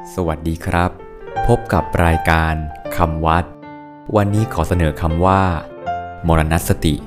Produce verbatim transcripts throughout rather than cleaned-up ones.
สวัสดีครับพบกับรายการคำวัดวันนี้ขอเสนอคำว่ามรณสติ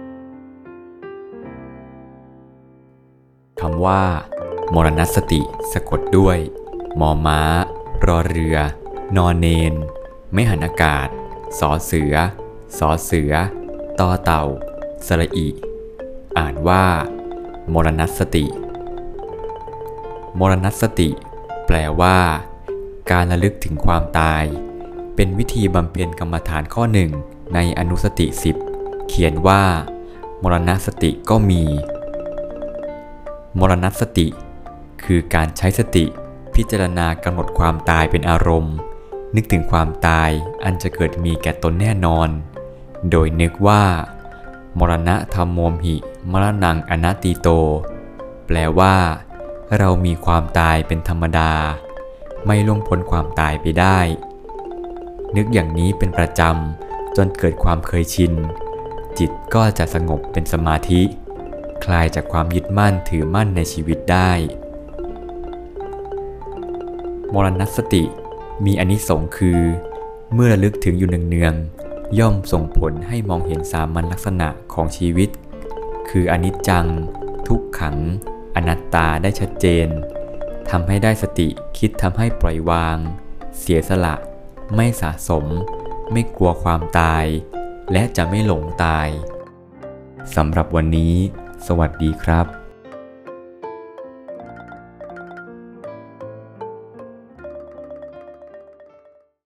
คำว่ามรณสติสะกดด้วยมอม้ารอเรือนอเนนไม่หันอากาศสอเสือสอเสือต่อเต่าสระอิอ่านว่ามรณสติมรณสติแปลว่าการระลึกถึงความตายเป็นวิธีบำเพ็ญกรรมฐานข้อหนึ่งในอนุสติสิบเขียนว่ามรณสติก็มีมรณสติคือการใช้สติพิจารณากำหนดความตายเป็นอารมณ์นึกถึงความตายอันจะเกิดมีแก่ตนแน่นอนโดยนึกว่ามรณะธัมโมหิมรณังอนัตติโตแปลว่าเรามีความตายเป็นธรรมดาไม่ล่วงพ้นความตายไปได้นึกอย่างนี้เป็นประจำจนเกิดความเคยชินจิตก็จะสงบเป็นสมาธิคลายจากความยึดมั่นถือมั่นในชีวิตได้มรณสติมีอานิสงส์คือเมื่อระลึกถึงอยู่เนืองๆย่อมส่งผลให้มองเห็นสามัญลักษณะของชีวิตคืออนิจจังทุกขังอนัตตาได้ชัดเจนทำให้ได้สติคิดทำให้ปล่อยวางเสียสละไม่สะสมไม่กลัวความตายและจะไม่หลงตายสำหรับวันนี้สวัสดีครับ